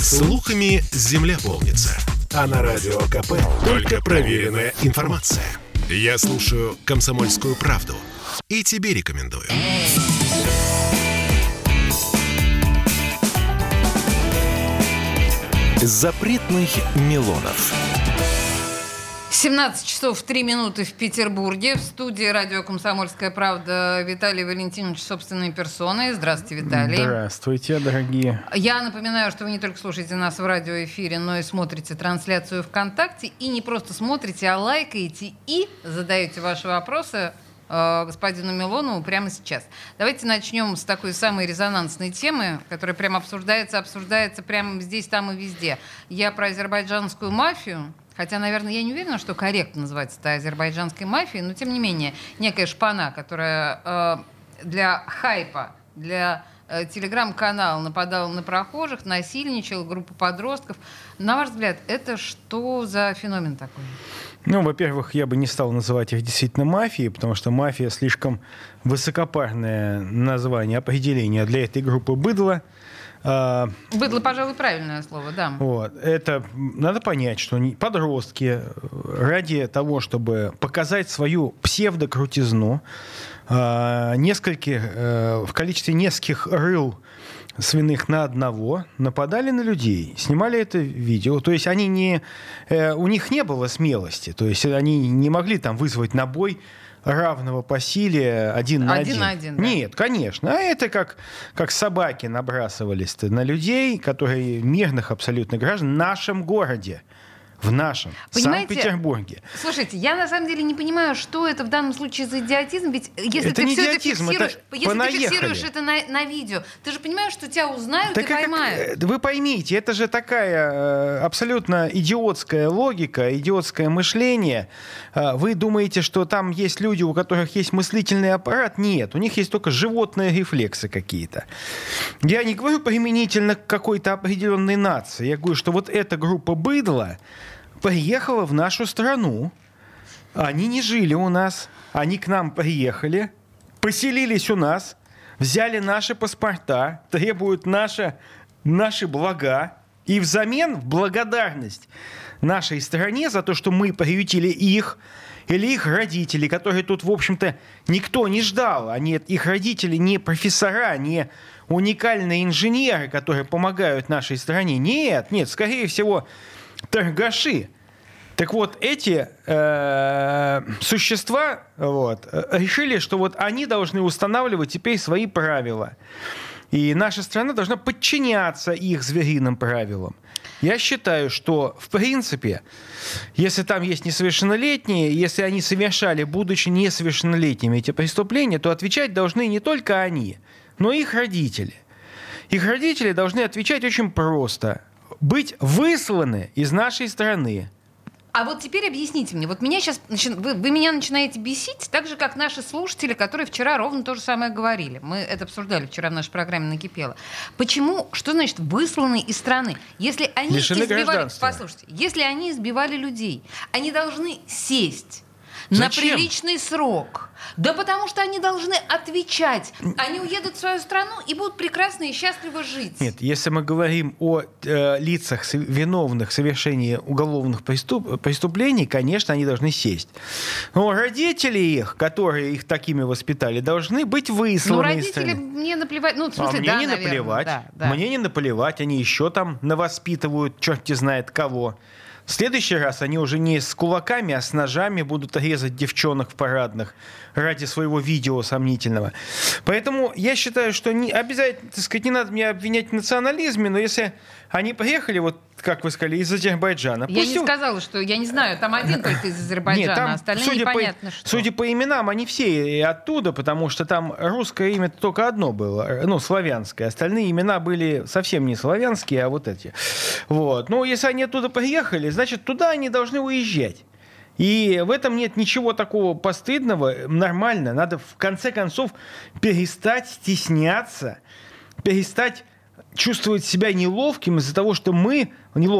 Слухами земля полнится. А на Радио КП только проверенная информация. Я слушаю «Комсомольскую правду» и тебе рекомендую. Запретных Милонов. 17 часов 3 минуты в Петербурге. В студии радио «Комсомольская правда» Виталий Валентинович собственной персоной. Здравствуйте, Виталий. Здравствуйте, дорогие. Я напоминаю, что вы не только слушаете нас в радиоэфире, но и смотрите трансляцию ВКонтакте. И не просто смотрите, а лайкаете и задаете ваши вопросы господину Милонову прямо сейчас. Давайте начнем с такой самой резонансной темы, которая прямо обсуждается прямо здесь, там и везде. Я про азербайджанскую мафию. Хотя, наверное, я не уверена, что корректно называется это азербайджанской мафией, но, тем не менее, некая шпана, которая для хайпа, для телеграм-канала нападала на прохожих, насильничала, группа подростков. На ваш взгляд, это что за феномен такой? Ну, во-первых, я бы не стал называть их действительно мафией, потому что мафия слишком высокопарное название, определение для этой группы быдла. Быдло, пожалуй, правильное слово, да. Вот. Это надо понять, что подростки ради того, чтобы показать свою псевдокрутизну, в количестве нескольких рыл свиных на одного нападали на людей, снимали это видео. То есть у них не было смелости, то есть они не могли там вызвать на бой равного по силе один на один. Да. Нет, конечно. А это как собаки набрасывались на людей, которые мирных абсолютно граждан в нашем городе. В нашем, Санкт-Петербурге. Слушайте, я на самом деле не понимаю, что это в данном случае за идиотизм. Ведь если это ты не все идиотизм, это фиксируешь это на видео, ты же понимаешь, что тебя узнают и поймают. Вы поймите, это же такая абсолютно идиотская логика, идиотское мышление. Вы думаете, что там есть люди, у которых есть мыслительный аппарат? Нет, у них есть только животные рефлексы какие-то. Я не говорю применительно к какой-то определенной нации. Я говорю, что вот эта группа быдла приехала в нашу страну. Они не жили у нас. Они к нам приехали, поселились у нас, взяли наши паспорта, требуют наши блага. И взамен, в благодарность нашей стране за то, что мы приютили их или их родителей, которые тут, в общем-то, никто не ждал. Их родители не профессора, не уникальные инженеры, которые помогают нашей стране. Нет, скорее всего, торгаши. Так вот, эти существа решили, что вот они должны устанавливать теперь свои правила. И наша страна должна подчиняться их звериным правилам. Я считаю, что, в принципе, если там есть несовершеннолетние, если они совершали, будучи несовершеннолетними, эти преступления, то отвечать должны не только они, но и их родители. Их родители должны отвечать очень просто. Быть высланы из нашей страны. А вот теперь объясните мне, вот меня сейчас вы меня начинаете бесить, так же, как наши слушатели, которые вчера ровно то же самое говорили. Мы это обсуждали вчера в нашей программе «Накипело». Почему, что значит высланы из страны? Если они если они избивали людей, они должны сесть на приличный срок. Да потому что они должны отвечать. Они уедут в свою страну и будут прекрасно и счастливо жить. Нет, если мы говорим о лицах, виновных в совершении уголовных преступлений, конечно, они должны сесть. Но родители их, которые их такими воспитали, должны быть высланы из страны. Родители мне наплевать. Ну, в смысле, мне не наплевать. Да. Мне не наплевать. Они еще там навоспитывают черти знает кого. В следующий раз они уже не с кулаками, а с ножами будут резать девчонок в парадных ради своего видео сомнительного. Поэтому я считаю, что обязательно, не надо меня обвинять в национализме, но если они приехали, вот как вы сказали, из Азербайджана. Я не сказала, что я не знаю, там один только из Азербайджана, нет, там, остальные непонятно что. Судя по именам, они все оттуда, потому что там русское имя только одно было, славянское. Остальные имена были совсем не славянские, а вот эти. Вот. Но если они оттуда приехали, значит, туда они должны уезжать. И в этом нет ничего такого постыдного, нормально. Надо в конце концов перестать стесняться, перестать чувствовать себя неловким из-за того, что мы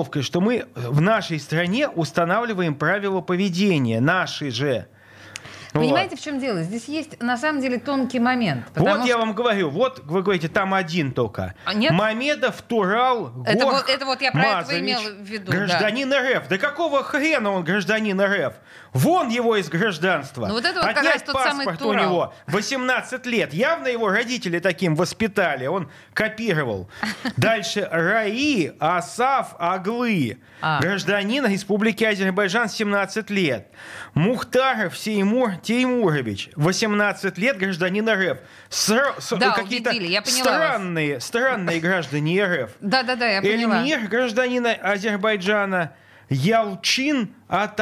в нашей стране устанавливаем правила поведения, наши же. Понимаете, в чем дело? Здесь есть, на самом деле, тонкий момент. Вот я вам говорю, вот вы говорите, там один только. Нет? Мамедов, Турал, Горх, это вот я про Мазович, это имел в виду. гражданин РФ. Да какого хрена он гражданин РФ? Вон его из гражданства. Ну вот это вот как раз Отнять тот самый паспорт у Турал. него 18 лет. Явно его родители таким воспитали. Он копировал. Дальше Раи Асаф Аглы. Гражданин Республики Азербайджан, 17 лет. Мухтаров Сеймур Теймурович, 18 лет, гражданин РФ. Какие-то странные граждане РФ. Да, я поняла. Эльмир, гражданин Азербайджана. Ялчин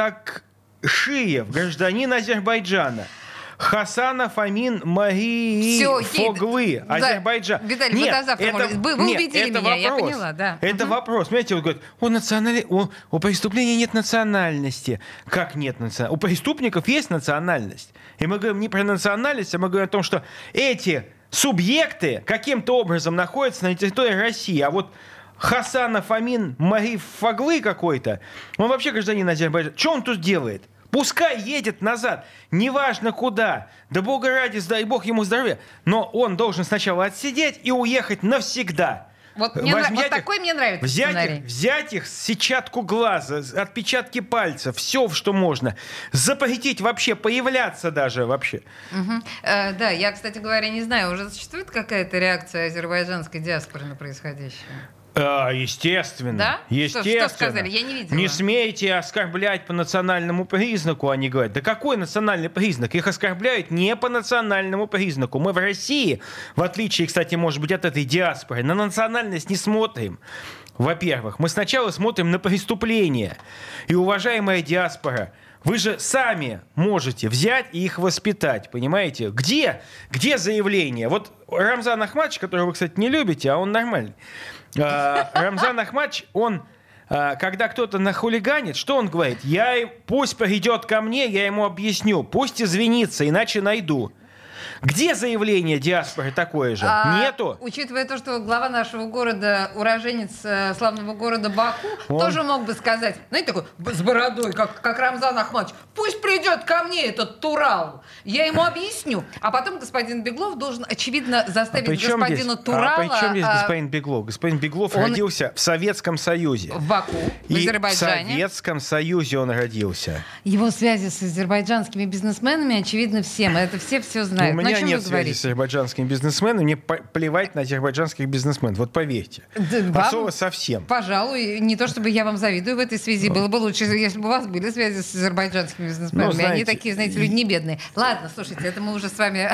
Атакшиев, гражданин Азербайджана. Хасанов Амин Магии Фоглы, Азербайджан. Виталий, вы убедили меня, вопрос. Я поняла, да. Это вопрос. Понимаете, вот говорят, у преступления нет национальности. Как нет национальности? У преступников есть национальность. И мы говорим не про национальность, а мы говорим о том, что эти субъекты каким-то образом находятся на территории России. А вот Хасанов Амин Магии Фоглы какой-то, он вообще гражданин Азербайджана. Что он тут делает? Пускай едет назад, неважно куда, да бога ради, дай бог ему здоровья, но он должен сначала отсидеть и уехать навсегда. Вот такой мне нравится взять их сетчатку глаза, отпечатки пальцев, все, что можно, запретить вообще, появляться даже вообще. Да, я, кстати говоря, не знаю, уже существует какая-то реакция азербайджанской диаспоры на происходящее? Естественно. Да? Естественно. Что сказали? Я не видела. Не смейте оскорблять по национальному признаку, они говорят. Да какой национальный признак? Их оскорбляют не по национальному признаку. Мы в России, в отличие, кстати, может быть, от этой диаспоры, на национальность не смотрим. Во-первых, мы сначала смотрим на преступления. И, уважаемая диаспора, вы же сами можете взять и их воспитать, понимаете? Где заявление? Вот Рамзан Ахматович, которого вы, кстати, не любите, а он нормальный. Рамзан Ахматович, он, когда кто-то нахулиганит, что он говорит? Пусть придет ко мне, я ему объясню, пусть извинится, иначе найду. Где заявление диаспоры такое же? Нету. Учитывая то, что глава нашего города, уроженец славного города Баку, тоже мог бы сказать, знаете, такой с бородой, как Рамзан Ахматович, пусть придет ко мне этот Турал, я ему объясню. А потом господин Беглов должен, очевидно, заставить господина Турала... при чем здесь господин Беглов? Господин Беглов родился в Советском Союзе. В Баку, в Азербайджане. В Советском Союзе он родился. Его связи с азербайджанскими бизнесменами очевидно всем. Это все знают. У меня нет связи с азербайджанскими бизнесменами. Мне плевать на азербайджанских бизнесменов. Вот поверьте. Особо совсем. Пожалуй, не то чтобы я вам завидую в этой связи. Было бы лучше, если бы у вас были связи с азербайджанскими бизнесменами. Знаете, они такие, знаете, люди не бедные. Ладно, слушайте, это мы уже с вами...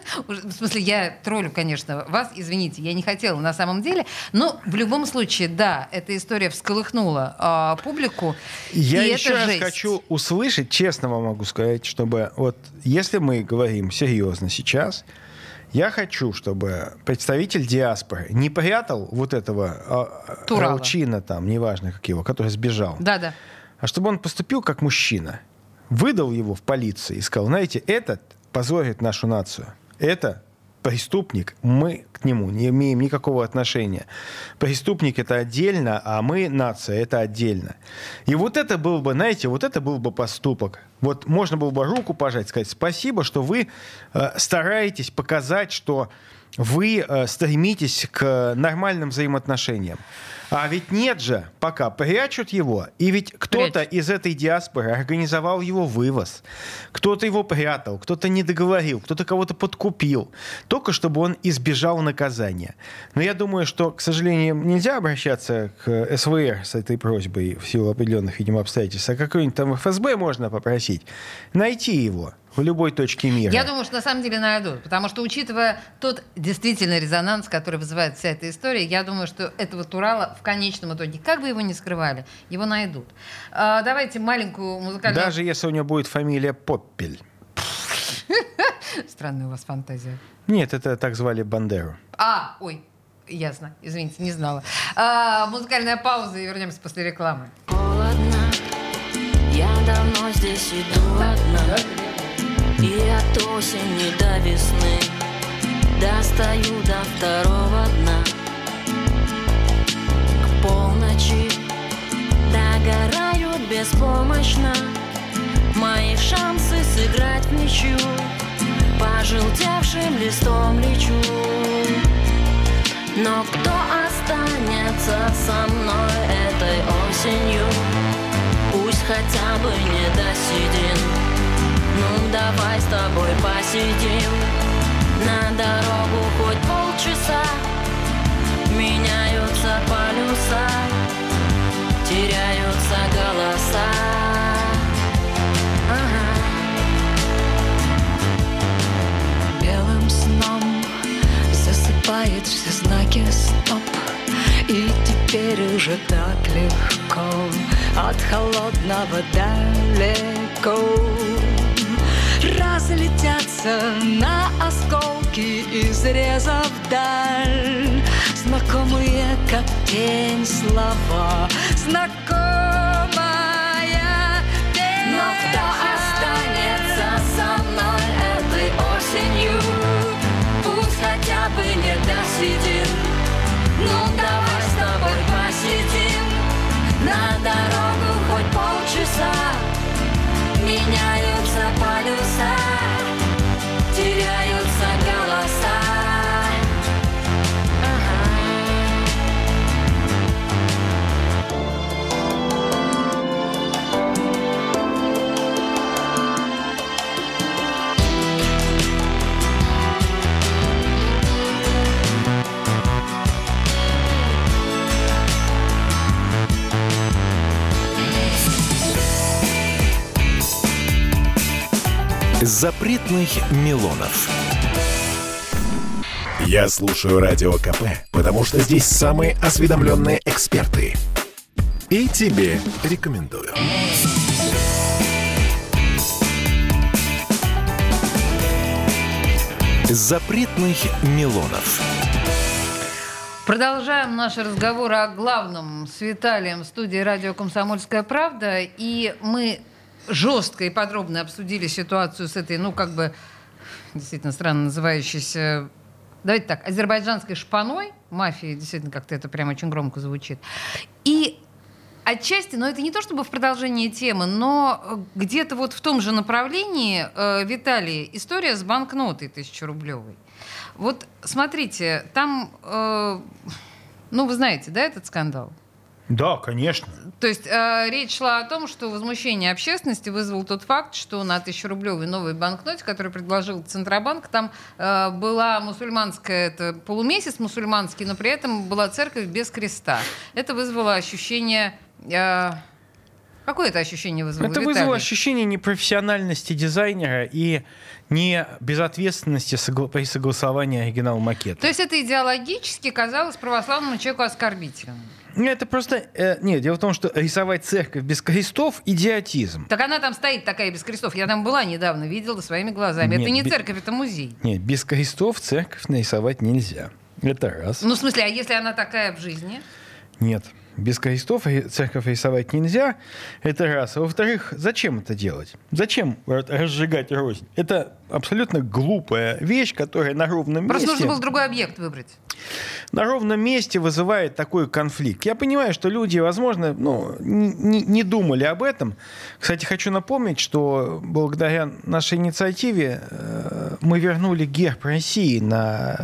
В смысле, я троллю, конечно, вас. Извините, я не хотела на самом деле. Но в любом случае, да, эта история всколыхнула публику. Я еще раз хочу услышать, честно вам могу сказать, чтобы вот если мы говорим серьезно сейчас, я хочу, чтобы представитель диаспоры не прятал вот этого Алчина, там, неважно как его, который сбежал, да. А чтобы он поступил как мужчина, выдал его в полиции и сказал, знаете, этот позорит нашу нацию, это преступник, мы к нему не имеем никакого отношения. Преступник — это отдельно, а мы, нация, это отдельно. И вот это был бы, знаете, вот это был бы поступок. Вот можно было бы руку пожать, сказать спасибо, что вы стараетесь показать, что вы стремитесь к нормальным взаимоотношениям. А ведь нет же, пока прячут его. И ведь кто-то из этой диаспоры организовал его вывоз. Кто-то его прятал, кто-то не договорил, кто-то кого-то подкупил. Только чтобы он избежал наказания. Но я думаю, что, к сожалению, нельзя обращаться к СВР с этой просьбой в силу определенных, видимо, обстоятельств. А какой-нибудь там ФСБ можно попросить найти его в любой точке мира. Я думаю, что на самом деле найдут. Потому что, учитывая тот действительно резонанс, который вызывает вся эта история, я думаю, что этого Турала в конечном итоге, как бы его ни скрывали, его найдут. Давайте маленькую музыкальную... Даже если у него будет фамилия Поппель. Странная у вас фантазия. Нет, это так звали Бандеру. Ой, ясно. Извините, не знала. Музыкальная пауза и вернемся после рекламы. Холодно, я давно здесь иду одна. И от осени до весны достаю до второго дна. К полночи догорают беспомощно мои шансы сыграть в ничью. ночью пожелтевшим листом лечу. Но кто останется со мной этой осенью? Пусть хотя бы не до седин. Ну давай с тобой посидим. На дорогу хоть полчаса. Меняются полюса, теряются голоса. Ага. Белым сном засыпает все знаки стоп. И теперь уже так легко от холодного далеко разлетятся на осколки, изрезав даль. Знакомые, как тень, слова, знакомая песня. Но кто останется со мной этой осенью? Пусть хотя бы не до седин. Ну давай с тобой посидим. На дорогу хоть полчаса. Меняются полюса, теряются голоса. Запретных Милонов. Я слушаю Радио КП, потому что здесь самые осведомленные эксперты. И тебе рекомендую. Запретных Милонов. Продолжаем наши разговоры о главном с Виталием в студии радио «Комсомольская правда». И мы жестко и подробно обсудили ситуацию с этой, действительно странно называющейся, давайте так, азербайджанской шпаной, мафией, действительно, как-то это прям очень громко звучит. И отчасти, но это не то чтобы в продолжении темы, но где-то вот в том же направлении, Виталий, история с банкнотой 1000-рублевой. Вот смотрите, там, вы знаете, да, этот скандал? Да, конечно. То есть речь шла о том, что возмущение общественности вызвал тот факт, что на 1000-рублевой новой банкноте, которую предложил Центробанк, там была мусульманская, это полумесяц мусульманский, но при этом была церковь без креста. Это вызвало ощущение... Какое это ощущение вызвало, Это Виталий? вызвало ощущение непрофессиональности дизайнера и не безответственности при согласовании оригинала макета. То есть это идеологически казалось православному человеку оскорбительным? Это просто... Нет, дело в том, что рисовать церковь без крестов — идиотизм. Так она там стоит такая без крестов. Я там была недавно, видела своими глазами. Нет, это не церковь, это музей. Нет, без крестов церковь нарисовать нельзя. Это раз. Ну, в смысле, а если она такая в жизни? Нет, без крестов церковь рисовать нельзя. Это раз. А во-вторых, зачем это делать? Зачем разжигать рознь? Это абсолютно глупая вещь, которая на ровном месте... Просто нужно было другой объект выбрать. На ровном месте вызывает такой конфликт. Я понимаю, что люди, возможно, не думали об этом. Кстати, хочу напомнить, что благодаря нашей инициативе мы вернули герб России на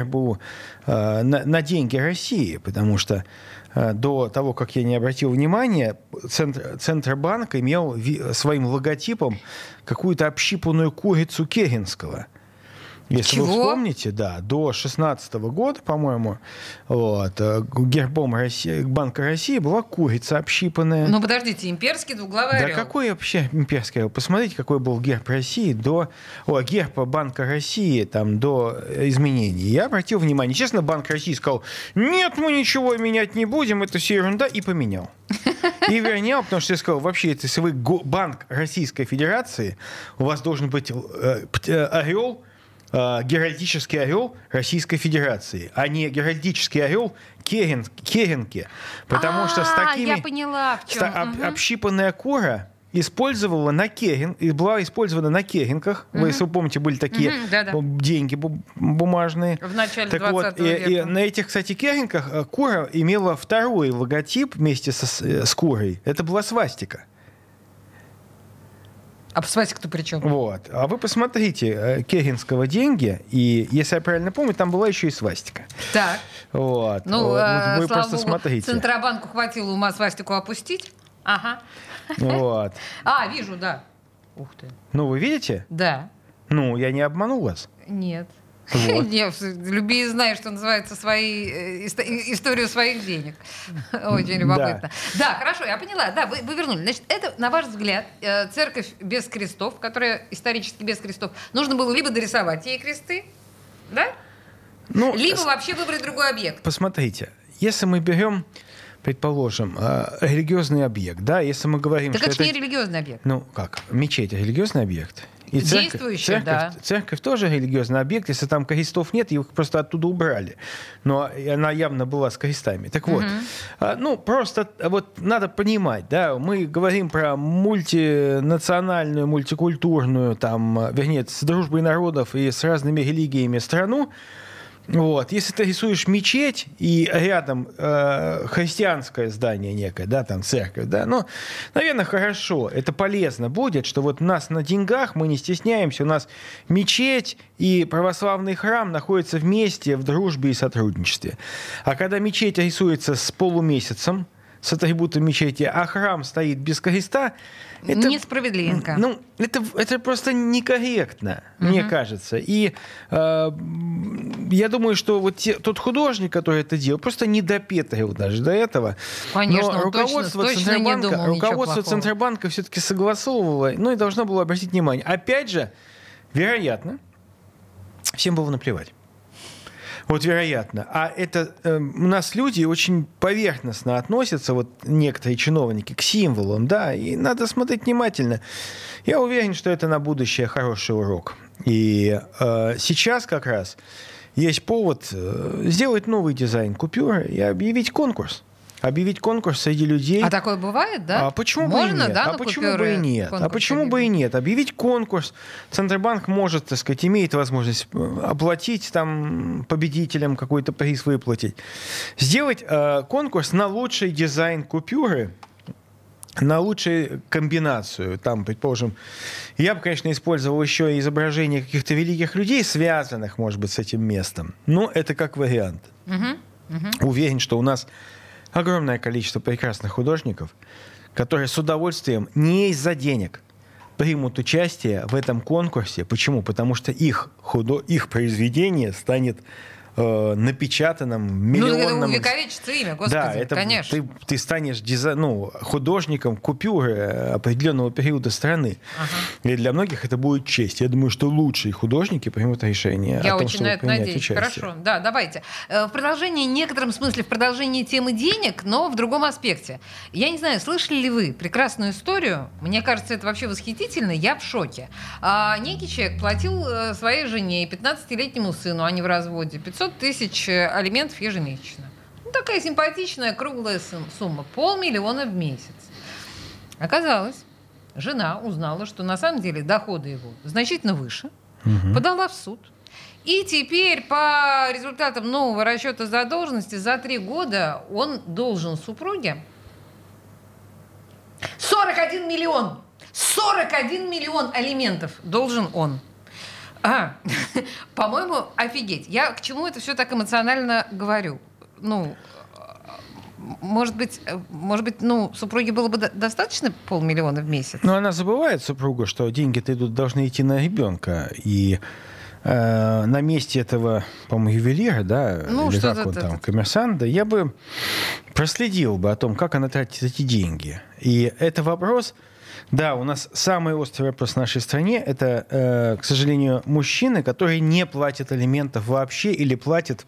деньги России, потому что до того, как я не обратил внимания, Центробанк имел своим логотипом какую-то общипанную курицу Керенского. Если Чего? вы вспомните, да, до 2016 года, по-моему, гербом Банка России была курица общипанная. Ну, подождите, имперский двуглавый орел. Да какой вообще имперский орел? Посмотрите, какой был герб России герб Банка России до изменений. Я обратил внимание. Честно, Банк России сказал: нет, мы ничего менять не будем, это все ерунда, и поменял. И вернял, потому что я сказал: вообще, если вы Банк Российской Федерации, у вас должен быть орел, геральдический орел Российской Федерации, а не геральдический орел Керенки. Потому что с такими... я поняла, в чем. Общипанная кура была использована на керенках. Вы, если вы помните, были такие деньги бумажные. В начале так 20 века. И на этих, кстати, керенках кура имела второй логотип вместе с курой. Это была свастика. А свастика-то при чем? Вот. А вы посмотрите Керенского деньги, и, если я правильно помню, там была еще и свастика. Так. Вот. Ну, Вы слава просто богу, смотрите. Центробанку хватило ума свастику опустить. Ага. Вот. Вижу, да. Ух ты. Ну, вы видите? Да. Ну, я не обманул вас. Нет. Вот. Нет, люби и знай, что называется, историю своих денег. Очень любопытно. Да, хорошо, я поняла. Да, вы вернули. Значит, это, на ваш взгляд, церковь без крестов, которая исторически без крестов, нужно было либо дорисовать ей кресты, да? Ну, Либо вообще выбрать другой объект. Посмотрите, если мы берем, предположим, религиозный объект, да, если мы говорим, Так что это же не религиозный объект. Ну, как? Мечеть — религиозный объект. И Действующая, да. Церковь тоже религиозный объект. Если там крестов нет, их просто оттуда убрали. Но она явно была с крестами. Так вот, просто вот надо понимать, да, мы говорим про мультинациональную, мультикультурную, там, вернее, с дружбой народов и с разными религиями страну. Вот. Если ты рисуешь мечеть и рядом христианское здание некое, да, там церковь, да, ну, наверное, хорошо, это полезно будет, что вот у нас на деньгах мы не стесняемся, у нас мечеть и православный храм находятся вместе в дружбе и сотрудничестве. А когда мечеть рисуется с полумесяцем, с атрибутом мечети, а храм стоит без креста, это несправедливенько. Ну, это просто некорректно, мне кажется. И я думаю, что вот тот художник, который это делал, просто не допетрил даже до этого. Конечно, но руководство Центробанка все-таки согласовывало, ну и должно было обратить внимание. Опять же, вероятно, всем было наплевать. Вот вероятно. А это у нас люди очень поверхностно относятся, вот некоторые чиновники, к символам, да, и надо смотреть внимательно. Я уверен, что это на будущее хороший урок. И сейчас как раз есть повод сделать новый дизайн купюры и объявить конкурс. Объявить конкурс среди людей. А такое бывает, да? А почему Можно, бы и нет? да, А почему бы и нет? А почему бы и нет? Объявить конкурс. Центробанк может, так сказать, имеет возможность оплатить там победителям какой-то приз выплатить. Сделать конкурс на лучший дизайн купюры, на лучшую комбинацию. Там, предположим, я бы, конечно, использовал еще изображения каких-то великих людей, связанных, может быть, с этим местом. Но это как вариант. Уверен, что у нас огромное количество прекрасных художников, которые с удовольствием не из-за денег примут участие в этом конкурсе. Почему? Потому что их произведение станет напечатанным, миллионным... Ну, это увековечится имя, господи, да, это конечно. Ты станешь художником купюры определенного периода страны. И для многих это будет честь. Я думаю, что лучшие художники примут решение Я о том, очень чтобы на это принять надеюсь. участие. Хорошо, да, давайте. В продолжении, в некотором смысле, в продолжении темы денег, но в другом аспекте. Я не знаю, слышали ли вы прекрасную историю? Мне кажется, это вообще восхитительно. Я в шоке. Некий человек платил своей жене и 15-летнему сыну, они в разводе, 500 тысяч алиментов ежемесячно. Ну, такая симпатичная круглая сумма. 500 000 в месяц. Оказалось, жена узнала, что на самом деле доходы его значительно выше, подала в суд. И теперь по результатам нового расчета задолженности за 3 года он должен супруге 41 миллион. 41 миллион алиментов должен он. По-моему, офигеть. Я к чему это все так эмоционально говорю? Ну, может быть, супруге было бы достаточно 500 000 в месяц? Но она забывает, супруга, что деньги-то должны идти на ребенка. И на месте этого, по-моему, ювелира, да, или как он там, коммерсанта, я бы проследил бы о том, как она тратит эти деньги. И это вопрос... Да, у нас самый острый вопрос в нашей стране – это, к сожалению, мужчины, которые не платят алиментов вообще или платят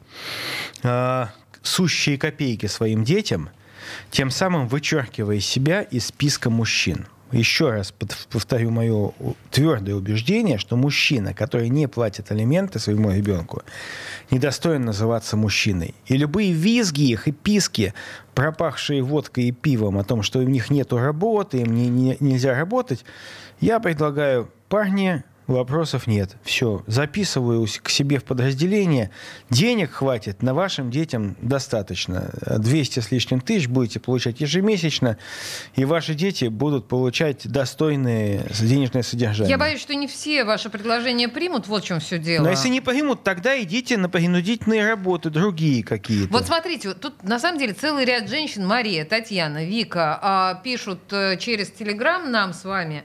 сущие копейки своим детям, тем самым вычеркивая себя из списка мужчин. Еще раз повторю мое твердое убеждение, что мужчина, который не платит алименты своему ребенку, недостоин называться мужчиной. И любые визги их и писки, пропахшие водкой и пивом, о том, что у них нет работы, им нельзя работать, я предлагаю: парни, вопросов нет. Все, записываюсь к себе в подразделение. Денег хватит, на вашим детям достаточно. 200 с лишним тысяч будете получать ежемесячно, и ваши дети будут получать достойное денежное содержание. Я боюсь, что не все ваши предложения примут, вот в чем все дело. Но если не примут, тогда идите на принудительные работы, другие какие-то. Вот смотрите, вот тут на самом деле целый ряд женщин, Мария, Татьяна, Вика, пишут через Телеграм нам с вами.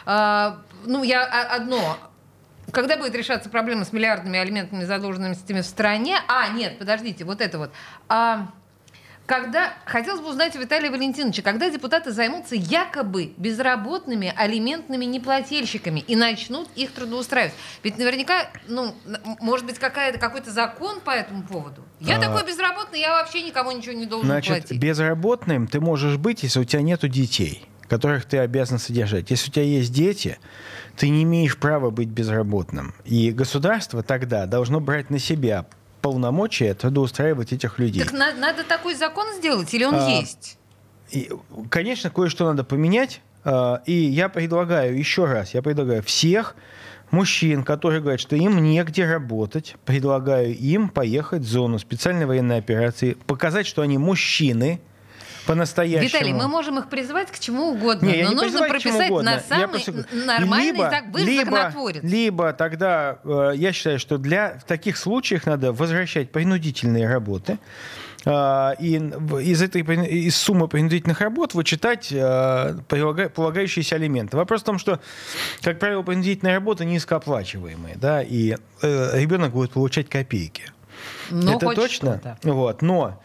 Одно. Когда будет решаться проблема с миллиардными алиментными задолженностями в стране? Нет, подождите, вот это вот. Хотелось бы узнать у Виталия Валентиновича, когда депутаты займутся якобы безработными алиментными неплательщиками и начнут их трудоустраивать? Ведь наверняка, может быть, какой-то закон по этому поводу? Я такой безработный, я вообще никому ничего не должен платить. Значит, безработным ты можешь быть, если у тебя нету детей, которых ты обязан содержать. Если у тебя есть дети, ты не имеешь права быть безработным. И государство тогда должно брать на себя полномочия трудоустраивать этих людей. Так надо такой закон сделать, или он есть? Конечно, кое-что надо поменять. И я предлагаю, еще раз, всех мужчин, которые говорят, что им негде работать, предлагаю им поехать в зону специальной военной операции, показать, что они мужчины, по-настоящему. Виталий, мы можем их призвать к чему угодно, но нужно прописать на самый нормальный законотворец. Либо тогда, я считаю, что в таких случаях надо возвращать принудительные работы, и из суммы принудительных работ вычитать полагающиеся алименты. Вопрос в том, что, как правило, принудительные работы низкооплачиваемые, да, и ребенок будет получать копейки. Это точно. Вот. Но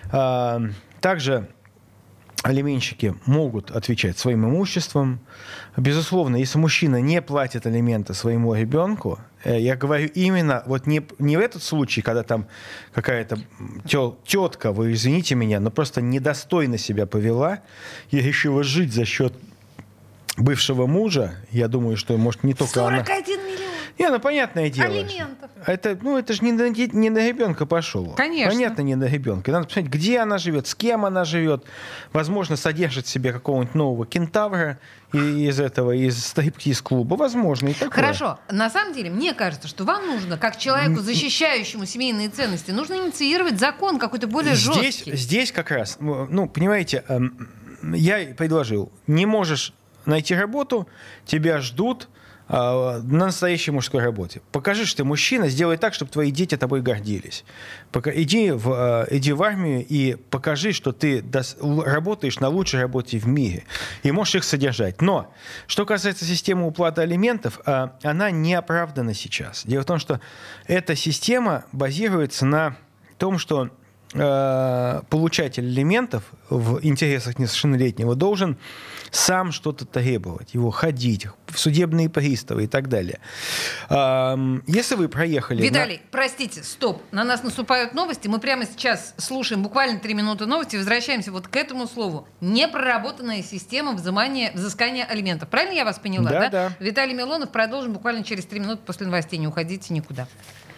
также алименщики могут отвечать своим имуществом. Безусловно, если мужчина не платит алименты своему ребенку, я говорю именно не в этот случай, когда там какая-то тетка, вы извините меня, но просто недостойно себя повела и решила жить за счет бывшего мужа. Я думаю, что, может, не только 41 миллион. Понятное дело. Алиментов. Это же не на ребенка пошло. Конечно. Понятно, не на ребенка. Надо посмотреть, где она живет, с кем она живет. Возможно, содержит себе какого-нибудь нового кентавра из стриптиз-клуба. Возможно, и такое. Хорошо. На самом деле, мне кажется, что вам нужно, как человеку, защищающему семейные ценности, нужно инициировать закон какой-то более жесткий. Здесь как раз, понимаете, я предложил, не можешь найти работу, тебя ждут на настоящей мужской работе. Покажи, что ты мужчина, сделай так, чтобы твои дети тобой гордились. Иди в армию и покажи, что ты работаешь на лучшей работе в мире и можешь их содержать. Но, что касается системы уплаты алиментов, она не оправдана сейчас. Дело в том, что эта система базируется на том, что получатель алиментов в интересах несовершеннолетнего должен сам что-то требовать, его ходить, в судебные приставы и так далее. Если вы проехали... Виталий, простите, стоп. На нас наступают новости. Мы прямо сейчас слушаем буквально 3 минуты новости. Возвращаемся вот к этому слову. Непроработанная система взыскания алиментов. Правильно я вас поняла? Да. Виталий Милонов. Продолжим буквально через 3 минуты после новостей. Не уходите никуда.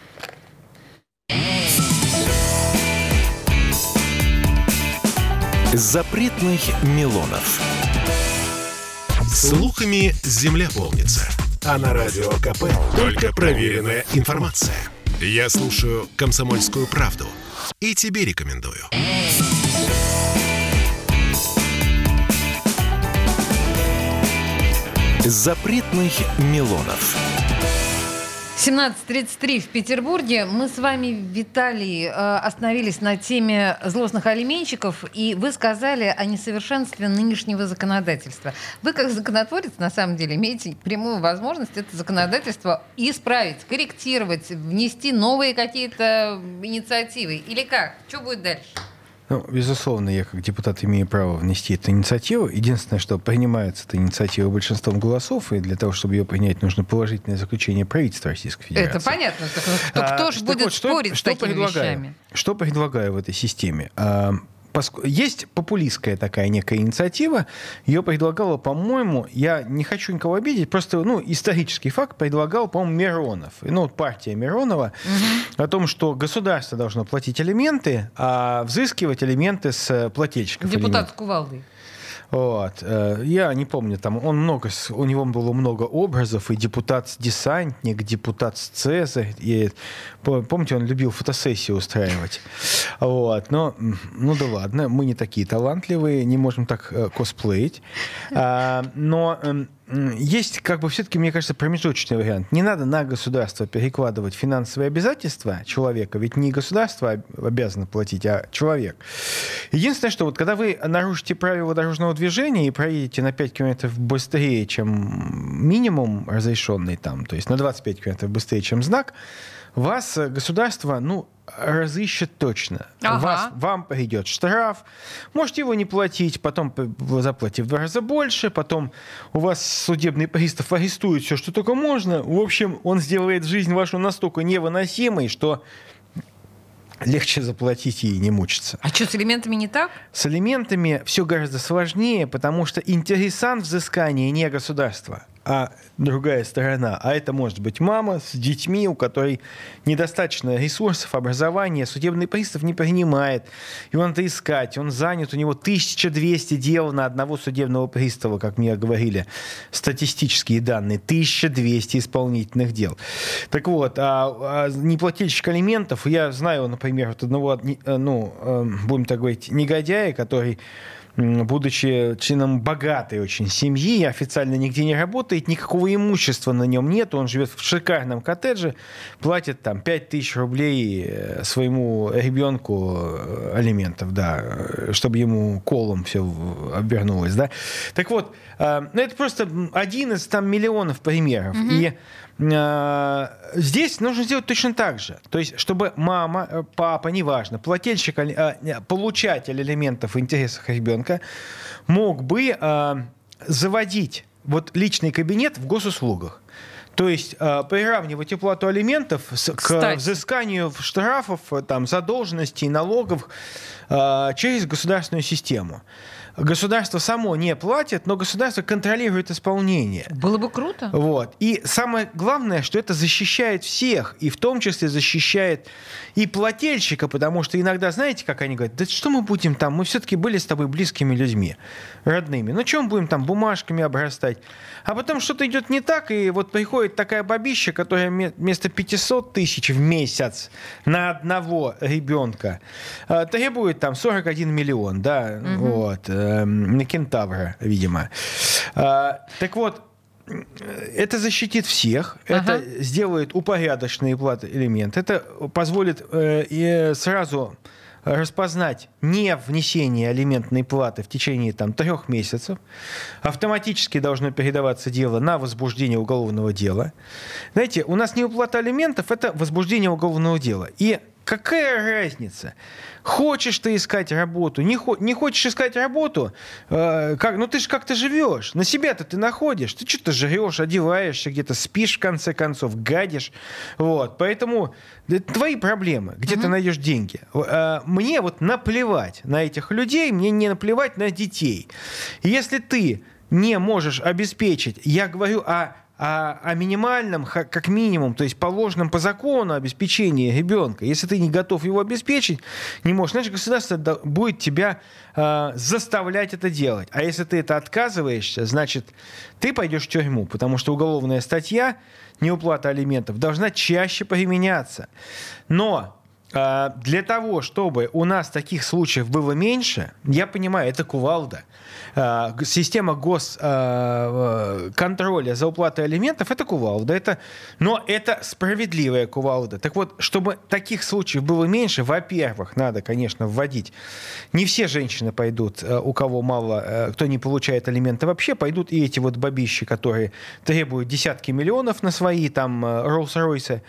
Запретных Милонов. Слухами земля полнится. А на Радио КП только проверенная информация. Я слушаю «Комсомольскую правду» и тебе рекомендую. Запретных Милонов. 17:33 в Петербурге. Мы с вами, Виталий, остановились на теме злостных алименщиков, и вы сказали о несовершенстве нынешнего законодательства. Вы, как законотворец, на самом деле, имеете прямую возможность это законодательство исправить, корректировать, внести новые какие-то инициативы. Или как? Что будет дальше? Безусловно, я как депутат имею право внести эту инициативу. Единственное, что принимается эта инициатива большинством голосов, и для того, чтобы ее принять, нужно положительное заключение правительства Российской Федерации. Это понятно. Кто же будет спорить с такими вещами? Что предлагаю в этой системе? Есть популистская такая некая инициатива. Ее предлагала, по-моему, я не хочу никого обидеть, просто исторический факт предлагал, по-моему, Миронов. Партия Миронова о том, что государство должно платить алименты, а взыскивать алименты с плательщиков. Депутат Кувалды. Вот. Я не помню, там у него было много образов, и депутат-десантник, депутат-цезарь. И, помните, он любил фотосессии устраивать. Вот. Но, ну да ладно, мы не такие талантливые, не можем так косплеить. Но есть, как бы, все-таки, мне кажется, промежуточный вариант. Не надо на государство перекладывать финансовые обязательства человека, ведь не государство обязано платить, а человек. Единственное, что вот когда вы нарушите правила дорожного движения и проедете на 5 километров быстрее, чем минимум разрешенный там, то есть на 25 километров быстрее, чем знак, вас государство, разыщет точно. Ага. Вам придет штраф, можете его не платить, потом заплатите в 2 раза больше, потом у вас судебный пристав арестует все, что только можно. В общем, он сделает жизнь вашу настолько невыносимой, что легче заплатить и не мучиться. А что, с элементами не так? С элементами все гораздо сложнее, потому что интересант взыскания не государство, а другая сторона. А это может быть мама с детьми, у которой недостаточно ресурсов, образования, судебный пристав не принимает. Его надо искать, он занят, у него 1200 дел на одного судебного пристава, как мне говорили статистические данные. 1200 исполнительных дел. Так вот, неплательщик алиментов, я знаю, например, вот одного, будем так говорить, негодяя, который, будучи членом богатой очень семьи, официально нигде не работает, никакого имущества на нем нет, он живет в шикарном коттедже, платит там 5000 рублей своему ребенку алиментов, да, чтобы ему колом все обернулось, да. Так вот, это просто один из там миллионов примеров. И здесь нужно сделать точно так же. То есть, чтобы мама, папа, неважно, плательщик, получатель алиментов в интересах ребенка мог бы заводить вот личный кабинет в госуслугах. То есть приравнивать оплату алиментов к взысканию штрафов, там, задолженностей, налогов через государственную систему. Государство само не платит, но государство контролирует исполнение. Было бы круто. Вот. И самое главное, что это защищает всех, и в том числе защищает и плательщика, потому что иногда, знаете, как они говорят, да что мы будем там, мы все-таки были с тобой близкими людьми, родными, ну что мы будем там бумажками обрастать? А потом что-то идет не так, и вот приходит такая бабища, которая вместо 500 тысяч в месяц на одного ребенка требует там 41 миллион, да, вот, на кентавра, видимо. Так вот, это защитит всех, это сделает упорядоченный платы элемент, это позволит сразу распознать не внесение алиментной платы в течение 3 месяцев. Автоматически должно передаваться дело на возбуждение уголовного дела. Знаете, у нас неуплата алиментов – это возбуждение уголовного дела. И какая разница? Хочешь ты искать работу, не хочешь искать работу, ты же как-то живешь, на себя-то ты находишь, ты что-то жрешь, одеваешься, где-то спишь, в конце концов, гадишь. Вот. Поэтому это твои проблемы, где ты найдешь деньги. Мне вот наплевать на этих людей, мне не наплевать на детей. Если ты не можешь обеспечить, я говорю о минимальном, как минимум, то есть положенном по закону обеспечении ребенка. Если ты не готов его обеспечить, не можешь, значит, государство будет тебя заставлять это делать. А если ты это отказываешься, значит, ты пойдешь в тюрьму, потому что уголовная статья неуплата алиментов должна чаще применяться. Но для того, чтобы у нас таких случаев было меньше, я понимаю, это кувалда. Система госконтроля за уплатой алиментов – это кувалда. Но это справедливая кувалда. Так вот, чтобы таких случаев было меньше, во-первых, надо, конечно, вводить. Не все женщины пойдут, у кого мало, кто не получает алименты вообще, пойдут и эти вот бабищи, которые требуют десятки миллионов на свои там Роллс-Ройсы.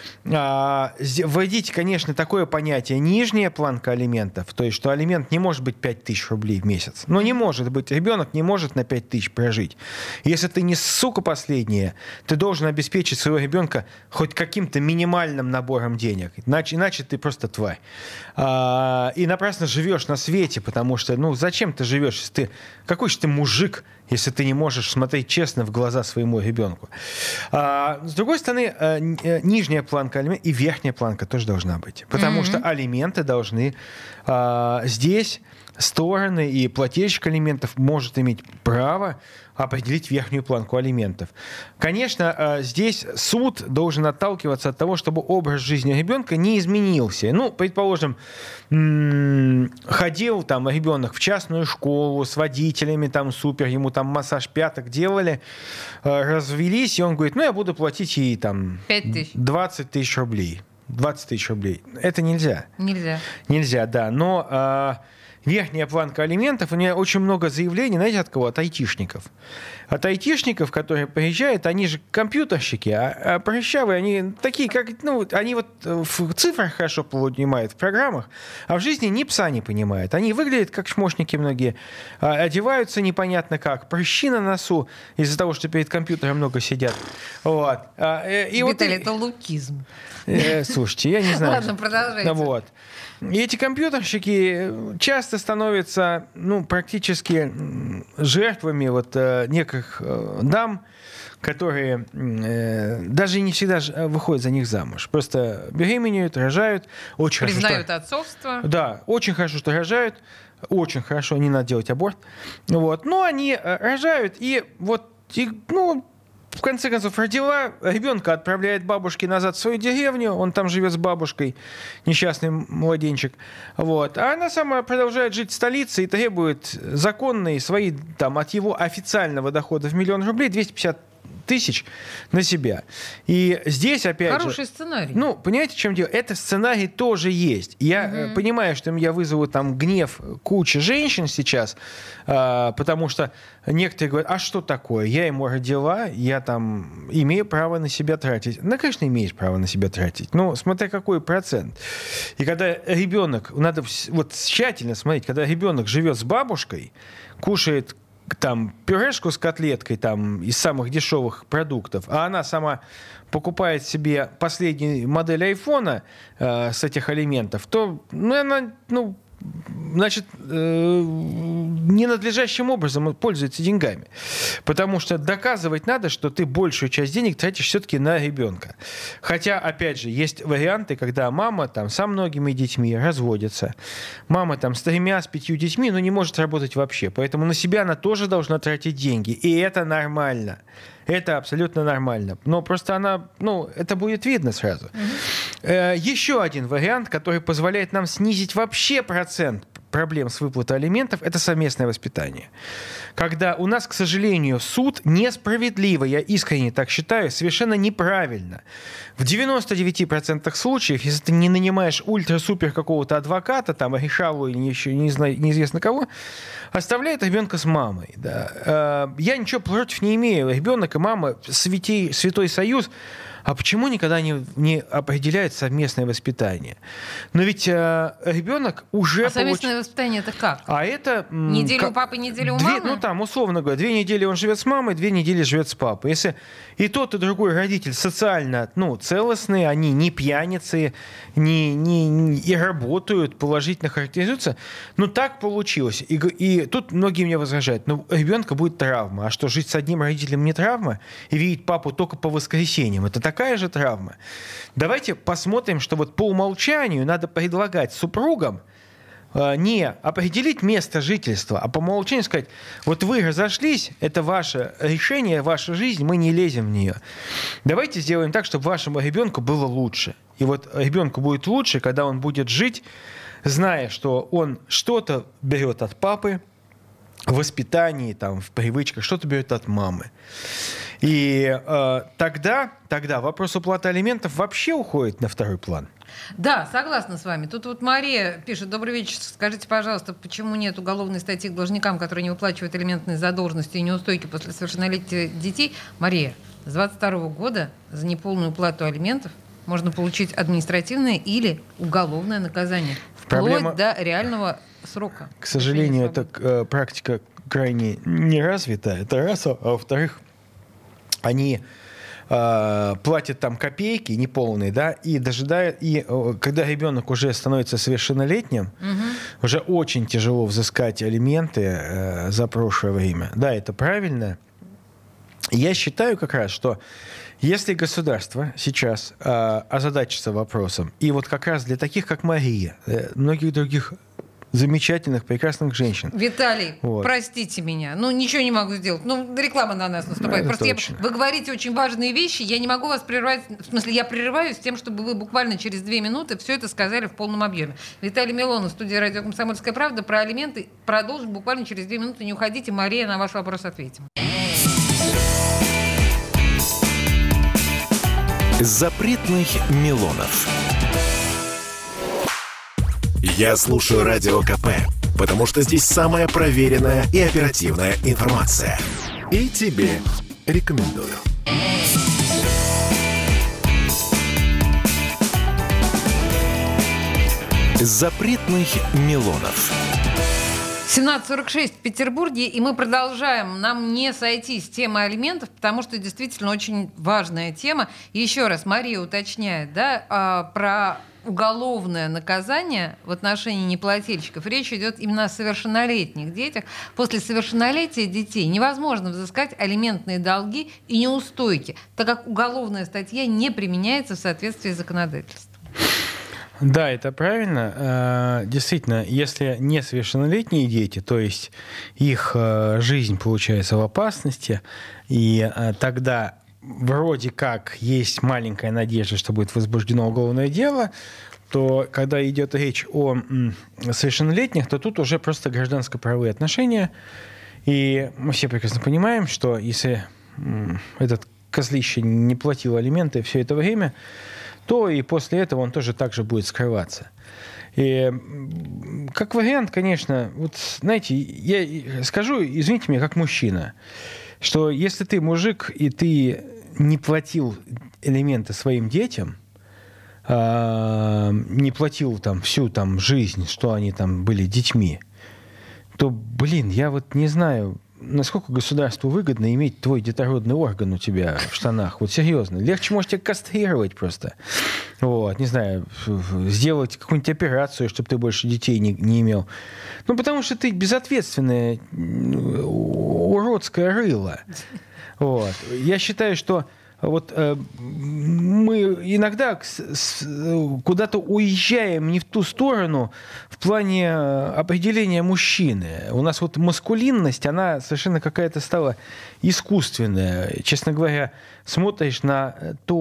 Вводить, конечно, такое понятие нижняя планка алиментов, то есть что алимент не может быть 5000 рублей в месяц. Но не может быть. Ребенок не может на 5000 прожить. Если ты не сука последняя, ты должен обеспечить своего ребенка хоть каким-то минимальным набором денег. Иначе ты просто тварь. И напрасно живешь на свете, потому что, зачем ты живешь, если ты... Какой же ты мужик, если ты не можешь смотреть честно в глаза своему ребенку. С другой стороны, нижняя планка алиментов и верхняя планка тоже должна быть. Потому что алименты должны здесь стороны, и плательщик алиментов может иметь право определить верхнюю планку алиментов. Конечно, здесь суд должен отталкиваться от того, чтобы образ жизни ребенка не изменился. Ну, предположим, ходил там ребенок в частную школу с водителями, там супер, ему там массаж пяток делали, развелись, и он говорит, ну, я буду платить ей там 5 тысяч. 20 тысяч рублей. 20 тысяч рублей. Это нельзя. Нельзя, да. Но верхняя планка алиментов, у меня очень много заявлений, знаете, от кого? От айтишников. От айтишников, которые приезжают, они же компьютерщики, а прыщавые, они такие, как, ну, они вот в цифрах хорошо понимают, в программах, а в жизни ни пса не понимают. Они выглядят как шмошники многие, одеваются непонятно как, прыщи на носу из-за того, что перед компьютером много сидят. Вот. Виталий, это лукизм. Слушайте, я не знаю. Ладно, продолжайте. Вот. И эти компьютерщики часто становятся, ну, практически жертвами вот неких дам, которые даже не всегда выходят за них замуж. Просто беременеют, рожают. Очень признают хорошо, отцовство. Да, очень хорошо, что рожают. Очень хорошо, не надо делать аборт. Вот. Но они рожают, и вот, ну, в конце концов, родила, ребенка отправляет бабушке назад в свою деревню, он там живет с бабушкой, несчастный младенчик. Вот. А она сама продолжает жить в столице и требует законные свои, там, от его официального дохода в 1 000 000 рублей 250 тысяч на себя. И здесь, опять Хороший сценарий. Ну, понимаете, в чем дело? Это сценарий тоже есть. Я понимаю, что я вызову там гнев кучи женщин сейчас, потому что некоторые говорят, а что такое? Я ему родила, я там имею право на себя тратить. Ну, конечно, имеешь право на себя тратить. Но смотря какой процент. И когда ребенок, надо вот тщательно смотреть, когда ребенок живет с бабушкой, кушает там пюрешку с котлеткой там из самых дешевых продуктов, а она сама покупает себе последнюю модель айфона с этих алиментов, то она, значит, ненадлежащим образом пользуется деньгами. Потому что доказывать надо, что ты большую часть денег тратишь все-таки на ребенка. Хотя, опять же, есть варианты, когда мама там со многими детьми разводится. Мама там с 3, с 5 детьми, но не может работать вообще. Поэтому на себя она тоже должна тратить деньги. И это нормально. Это абсолютно нормально. Но просто она, это будет видно сразу. Еще один вариант, который позволяет нам снизить вообще процент проблем с выплатой алиментов, это совместное воспитание. Когда у нас, к сожалению, суд несправедливо, я искренне так считаю, совершенно неправильно. В 99% случаев, если ты не нанимаешь ультра-супер какого-то адвоката, там, решалу или еще неизвестно кого, оставляет ребенка с мамой. Да. Я ничего против не имею. Ребенок и мама, святой союз. А почему никогда не определяют совместное воспитание? Но ведь ребенок уже... А совместное воспитание это как? А это... Неделю у папы, неделю у мамы? Условно говоря, 2 недели он живет с мамой, 2 недели живет с папой. Если и тот, и другой родитель социально целостные, они не пьяницы, и работают, положительно характеризуются, так получилось. И тут многие мне возражают, у ребенка будет травма. А что, жить с одним родителем не травма? И видеть папу только по воскресеньям? Это такая же травма. Давайте посмотрим, что вот по умолчанию надо предлагать супругам не определить место жительства, а по умолчанию сказать, вот вы разошлись, это ваше решение, ваша жизнь, мы не лезем в нее. Давайте сделаем так, чтобы вашему ребенку было лучше. И вот ребенку будет лучше, когда он будет жить, зная, что он что-то берет от папы, в воспитании, там, в привычках, что-то берет от мамы. И тогда вопрос уплаты алиментов вообще уходит на второй план. Да, согласна с вами. Тут вот Мария пишет: добрый вечер, скажите, пожалуйста, почему нет уголовной статьи к должникам, которые не выплачивают алиментные задолженности и неустойки после совершеннолетия детей? Мария, с 22 года за неполную уплату алиментов можно получить административное или уголовное наказание. Вплоть до реального срока. К сожалению, эта практика крайне неразвита. Это раз. А во-вторых, они платят там копейки неполные, да, и дожидают, и когда ребенок уже становится совершеннолетним, уже очень тяжело взыскать алименты за прошлое время. Да, это правильно. Я считаю как раз, что если государство сейчас озадачится вопросом, и вот как раз для таких, как Мария, многих других замечательных, прекрасных женщин. Виталий, Вот. простите меня. Ничего не могу сделать. Реклама на нас наступает. Это Просто точно. вы говорите очень важные вещи. Я не могу вас прервать. В смысле, я прерываюсь с тем, чтобы вы буквально через 2 минуты все это сказали в полном объеме. Виталий Милонов, студия «Радио Комсомольская правда». Про алименты продолжим буквально через 2 минуты. Не уходите. Мария, на ваш вопрос ответим. Запретных Милонов. Я слушаю Радио КП, потому что здесь самая проверенная и оперативная информация. И тебе рекомендую. Запретных Милонов. 17:46 в Петербурге, и мы продолжаем. Нам не сойти с темы алиментов, потому что действительно очень важная тема. И еще раз, Мария уточняет, да, про уголовное наказание в отношении неплательщиков. Речь идет именно о совершеннолетних детях. После совершеннолетия детей невозможно взыскать алиментные долги и неустойки, так как уголовная статья не применяется в соответствии с законодательством. Да, это правильно. Действительно, если несовершеннолетние дети, то есть их жизнь получается в опасности, и тогда вроде как есть маленькая надежда, что будет возбуждено уголовное дело, то когда идет речь о совершеннолетних, то тут уже просто гражданско-правовые отношения. И мы все прекрасно понимаем, что если этот козлище не платил алименты все это время, то и после этого он тоже так же будет скрываться. И как вариант, конечно, вот знаете, я скажу, извините меня, как мужчина, что если ты мужик и ты не платил элементы своим детям, не платил там всю там жизнь, что они там были детьми, то, я вот не знаю, насколько государству выгодно иметь твой детородный орган у тебя в штанах. Вот серьезно. Легче можете кастрировать просто. Вот, не знаю, сделать какую-нибудь операцию, чтобы ты больше детей не имел. Потому что ты безответственное уродское рыло. Вот. Я считаю, что вот мы иногда куда-то уезжаем не в ту сторону в плане определения мужчины. У нас вот маскулинность, она совершенно какая-то стала искусственная. Честно говоря, смотришь на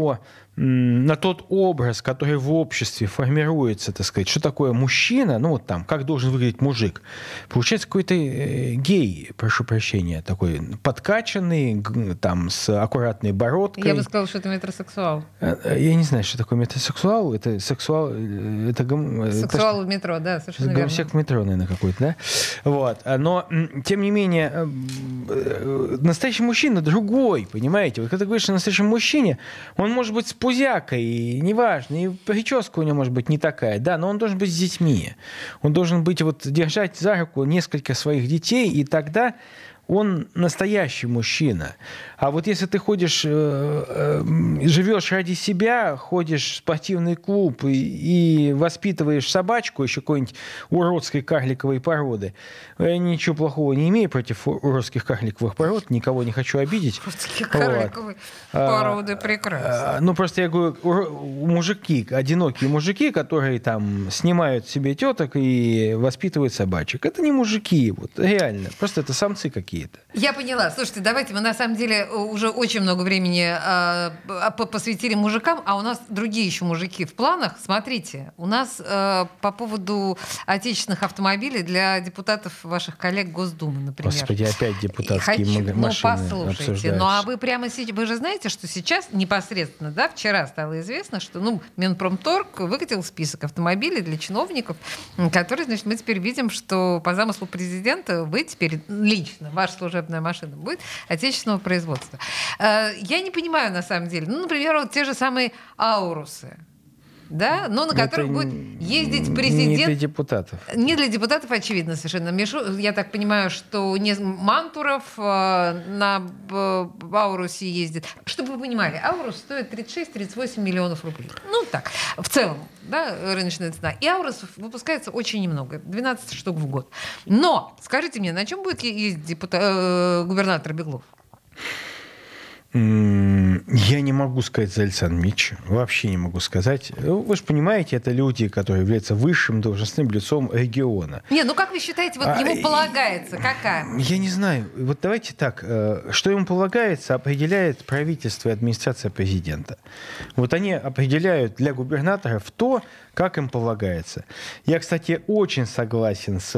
тот образ, который в обществе формируется, так сказать, что такое мужчина, как должен выглядеть мужик. Получается какой-то гей, прошу прощения, такой подкачанный, там, с аккуратной бородкой. Я бы сказала, что это метросексуал. Я не знаю, что такое метросексуал. Это сексуал... Сексуал в метро, да, совершенно верно. Гомосек в метро, наверное, какой-то, да? Вот. Но, тем не менее, настоящий мужчина другой, понимаете? Вот когда ты говоришь о настоящем мужчине, он может быть с пузякой, неважно, и прическа у него может быть не такая, да, но он должен быть с детьми. Он должен быть, держать за руку несколько своих детей, и тогда он настоящий мужчина. А вот если ты ходишь, живешь ради себя, ходишь в спортивный клуб и воспитываешь собачку еще какой-нибудь уродской карликовой породы, я ничего плохого не имею против уродских карликовых пород, никого не хочу обидеть. Уродские карликовые породы прекрасно. Просто я говорю, мужики, одинокие мужики, которые там снимают себе теток и воспитывают собачек, это не мужики, реально, просто это самцы какие-то. Я поняла. Слушайте, давайте мы на самом деле уже очень много времени посвятили мужикам, а у нас другие еще мужики в планах. Смотрите, у нас по поводу отечественных автомобилей для депутатов ваших коллег Госдумы, например. Господи, опять депутатские машины послушайте. обсуждаются. А вы прямо сейчас, вы же знаете, что сейчас непосредственно, да, вчера стало известно, что Минпромторг выкатил список автомобилей для чиновников, которые, значит, мы теперь видим, что по замыслу президента вы теперь лично, ваша служебная машина будет отечественного производства. Я не понимаю, на самом деле. Например, те же самые Аурусы. Да? На которых будет ездить президент. Не для депутатов. Не для депутатов, очевидно, совершенно. Я так понимаю, что не Мантуров на Аурусе ездит. Чтобы вы понимали, Аурус стоит 36-38 миллионов рублей. Так, в целом, да, рыночная цена. И Аурусов выпускается очень немного. 12 штук в год. Но, скажите мне, на чем будет ездить губернатор Беглов? Я не могу сказать за Александра Дмитриевича. Вообще не могу сказать. Вы же понимаете, это люди, которые являются высшим должностным лицом региона. Не, ну как вы считаете, вот ему полагается какая? Я не знаю. Вот давайте так. Что ему полагается, определяет правительство и администрация президента. Вот они определяют для губернаторов то, как им полагается. Я, кстати, очень согласен с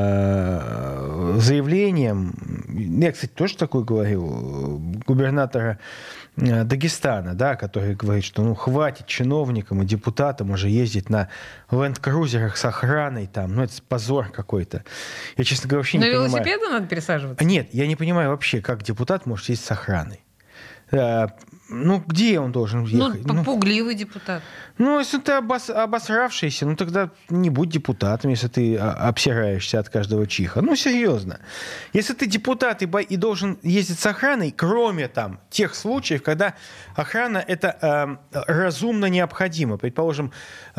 заявлением, я, кстати, тоже такое говорил, губернатора Дагестана, да, который говорит, что хватит чиновникам и депутатам уже ездить на ленд-крузерах с охраной, там, это позор какой-то. Я, честно говоря, вообще не понимаю. На велосипеды надо пересаживаться? Нет, я не понимаю вообще, как депутат может ездить с охраной. Где он должен ехать? Пугливый депутат. Если ты обосравшийся, тогда не будь депутатом, если ты обсираешься от каждого чиха. Серьезно. Если ты депутат и должен ездить с охраной, кроме тех случаев, когда охрана это разумно необходимо. Предположим,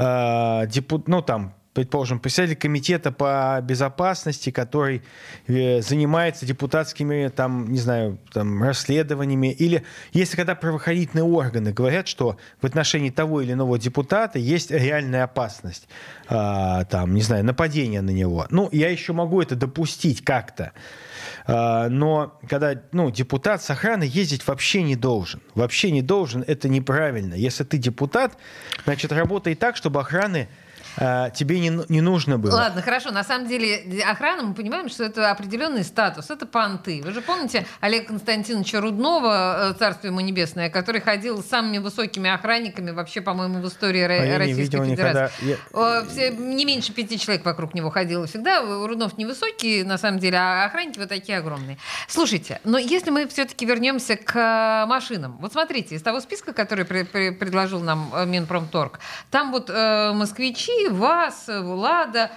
председатель комитета по безопасности, который занимается депутатскими, расследованиями. Или если когда правоохранительные органы говорят, что в отношении того или иного депутата есть реальная опасность, нападения на него. Я еще могу это допустить как-то. Но когда депутат с охраной ездить вообще не должен. Вообще не должен, это неправильно. Если ты депутат, значит, работай так, чтобы охраны тебе не нужно было. Ладно, хорошо. На самом деле охрана, мы понимаем, что это определенный статус, это понты. Вы же помните Олега Константиновича Руднова, царство ему небесное, который ходил с самыми высокими охранниками вообще, по-моему, в истории Российской Федерации. Не меньше 5 человек вокруг него ходило всегда. Руднов невысокий, на самом деле, а охранники вот такие огромные. Слушайте, но если мы все-таки вернемся к машинам. Вот смотрите, из того списка, который предложил нам Минпромторг, там вот москвичи, ВАЗ, Лада,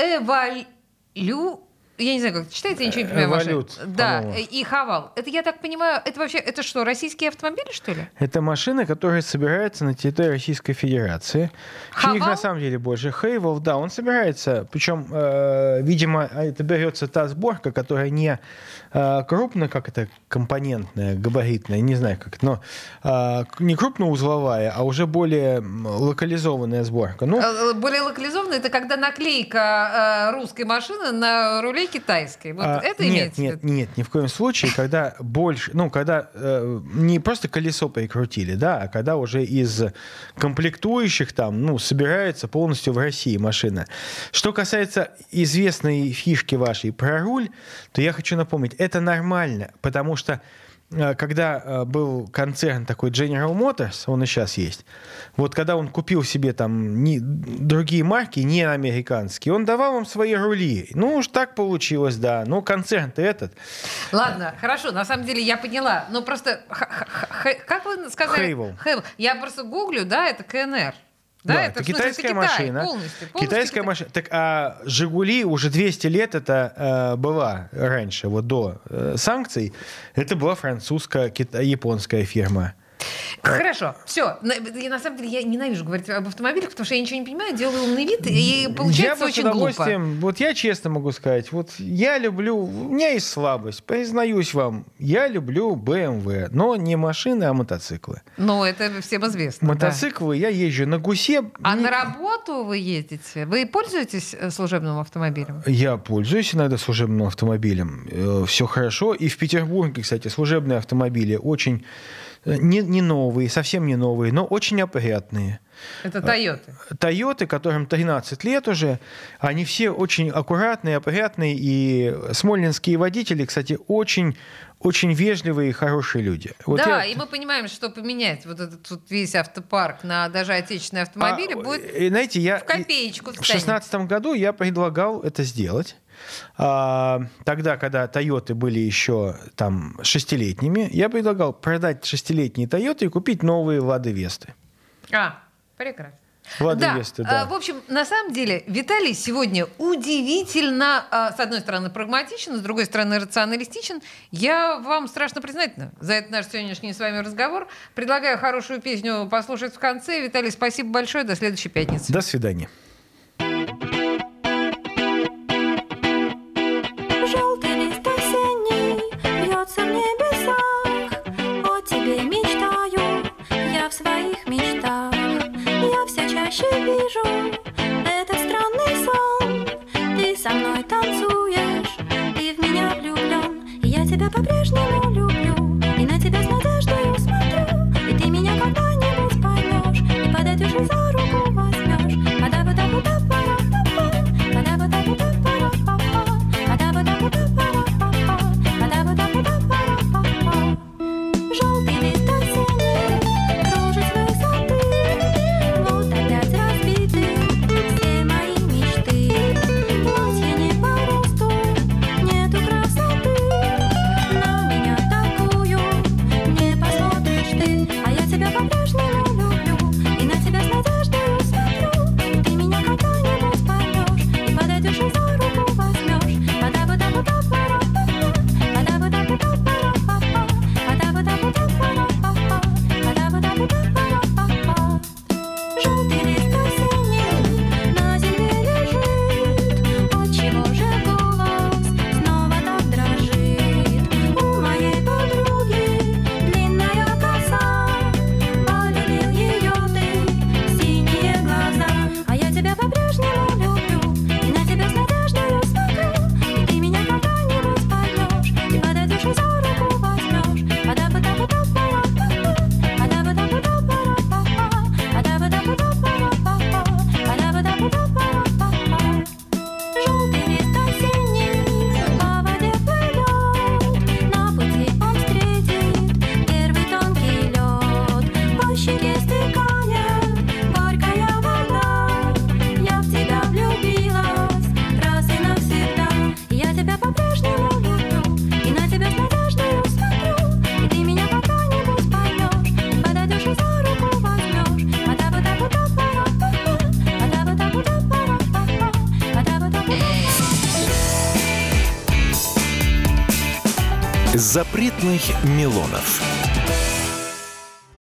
я не знаю, как это читается, я ничего не понимаю. Эволют, да, и Хавал. Это, я так понимаю, это вообще, это что, российские автомобили, что ли? Это машины, которые собираются на территории Российской Федерации. Хавал? Их на самом деле больше. Хейвол, да, он собирается. Причем, видимо, это берется та сборка, которая не крупно, как это, компонентная, габаритная, не знаю как это, но не крупноузловая, а уже более локализованная сборка. Более локализованная, это когда наклейка русской машины на руле китайской. Вот это имеется в виду? Нет, ни в коем случае, когда больше, когда не просто колесо прикрутили, да, а когда уже из комплектующих собирается полностью в России машина. Что касается известной фишки вашей про руль, то я хочу напомнить, это нормально, потому что когда был концерн такой General Motors, он и сейчас есть, вот когда он купил себе другие марки, не американские, он давал им свои рули. Уж так получилось, да. Концерн-то этот. Ладно, хорошо, на самом деле я поняла. Но просто, как вы сказали? Хейвол. Я просто гуглю, да, это КНР. Да, это китайская машина. Полностью Китайская машина. Так, а «Жигули» уже 200 лет это была раньше, вот до санкций. Это была французская, японская фирма. Хорошо, все. На самом деле я ненавижу говорить об автомобилях, потому что я ничего не понимаю, делаю умный вид, и получается очень глупо. Вот я честно могу сказать, вот я люблю, у меня есть слабость, признаюсь вам, я люблю BMW, но не машины, а мотоциклы. Это всем известно. Мотоциклы, да. Я езжу на гусе. А на работу вы ездите? Вы пользуетесь служебным автомобилем? Я пользуюсь иногда служебным автомобилем. Все хорошо. И в Петербурге, кстати, служебные автомобили очень не новые, совсем не новые, но очень опрятные. Это Тойоты? Тойоты, которым 13 лет уже, они все очень аккуратные, опрятные, и смольнинские водители, кстати, очень, очень вежливые и хорошие люди. И мы понимаем, что поменять вот этот весь автопарк на даже отечественные автомобили будет в копеечку. В 2016 году я предлагал это сделать. Тогда, когда Тойоты были еще 6-летними, я предлагал продать 6-летние Тойоты и купить новые Лады Весты. Прекрасно. Весты, да. В общем, на самом деле, Виталий сегодня удивительно, с одной стороны, прагматичен, с другой стороны, рационалистичен. Я вам страшно признательна за этот наш сегодняшний с вами разговор. Предлагаю хорошую песню послушать в конце. Виталий, спасибо большое. До следующей пятницы. До свидания. Желтый лист осенний бьется в небесах, о тебе я тебя по-прежнему люблю, и на тебя с надеждой смотрю, и ты меня когда-нибудь поймешь, и подойдешь и за руку возьмешь. Желтый лист осенний кружит с высоты, вот опять разбиты все мои мечты. Платье не по росту, нету красоты, на меня такую не посмотришь ты. А я тебя по-прежнему люблю, и на тебя с надеждой смотрю, и ты меня когда-нибудь поймешь, и подойдешь и за руку возьмешь. Желтый лист осенний на земле лежит, отчего же голос снова так дрожит? У моей подруги длинная коса, полюбил ее ты, синие глаза. А я тебя по-прежнему люблю, и на тебя с надеждой смотрю, и ты меня когда-нибудь поймешь, и подойдешь и за руку возьмешь. Желтый лист осенний по воде плывет, на пути он встретит первый тонкий лед. По щеке стекает горькая вода, я в тебя влюбилась раз и навсегда. Я тебя по-прежнему люблю, и на тебя с надеждой смотрю, и ты меня когда-нибудь поймешь, и подойдешь и за руку возьмешь. Запретных Милонов.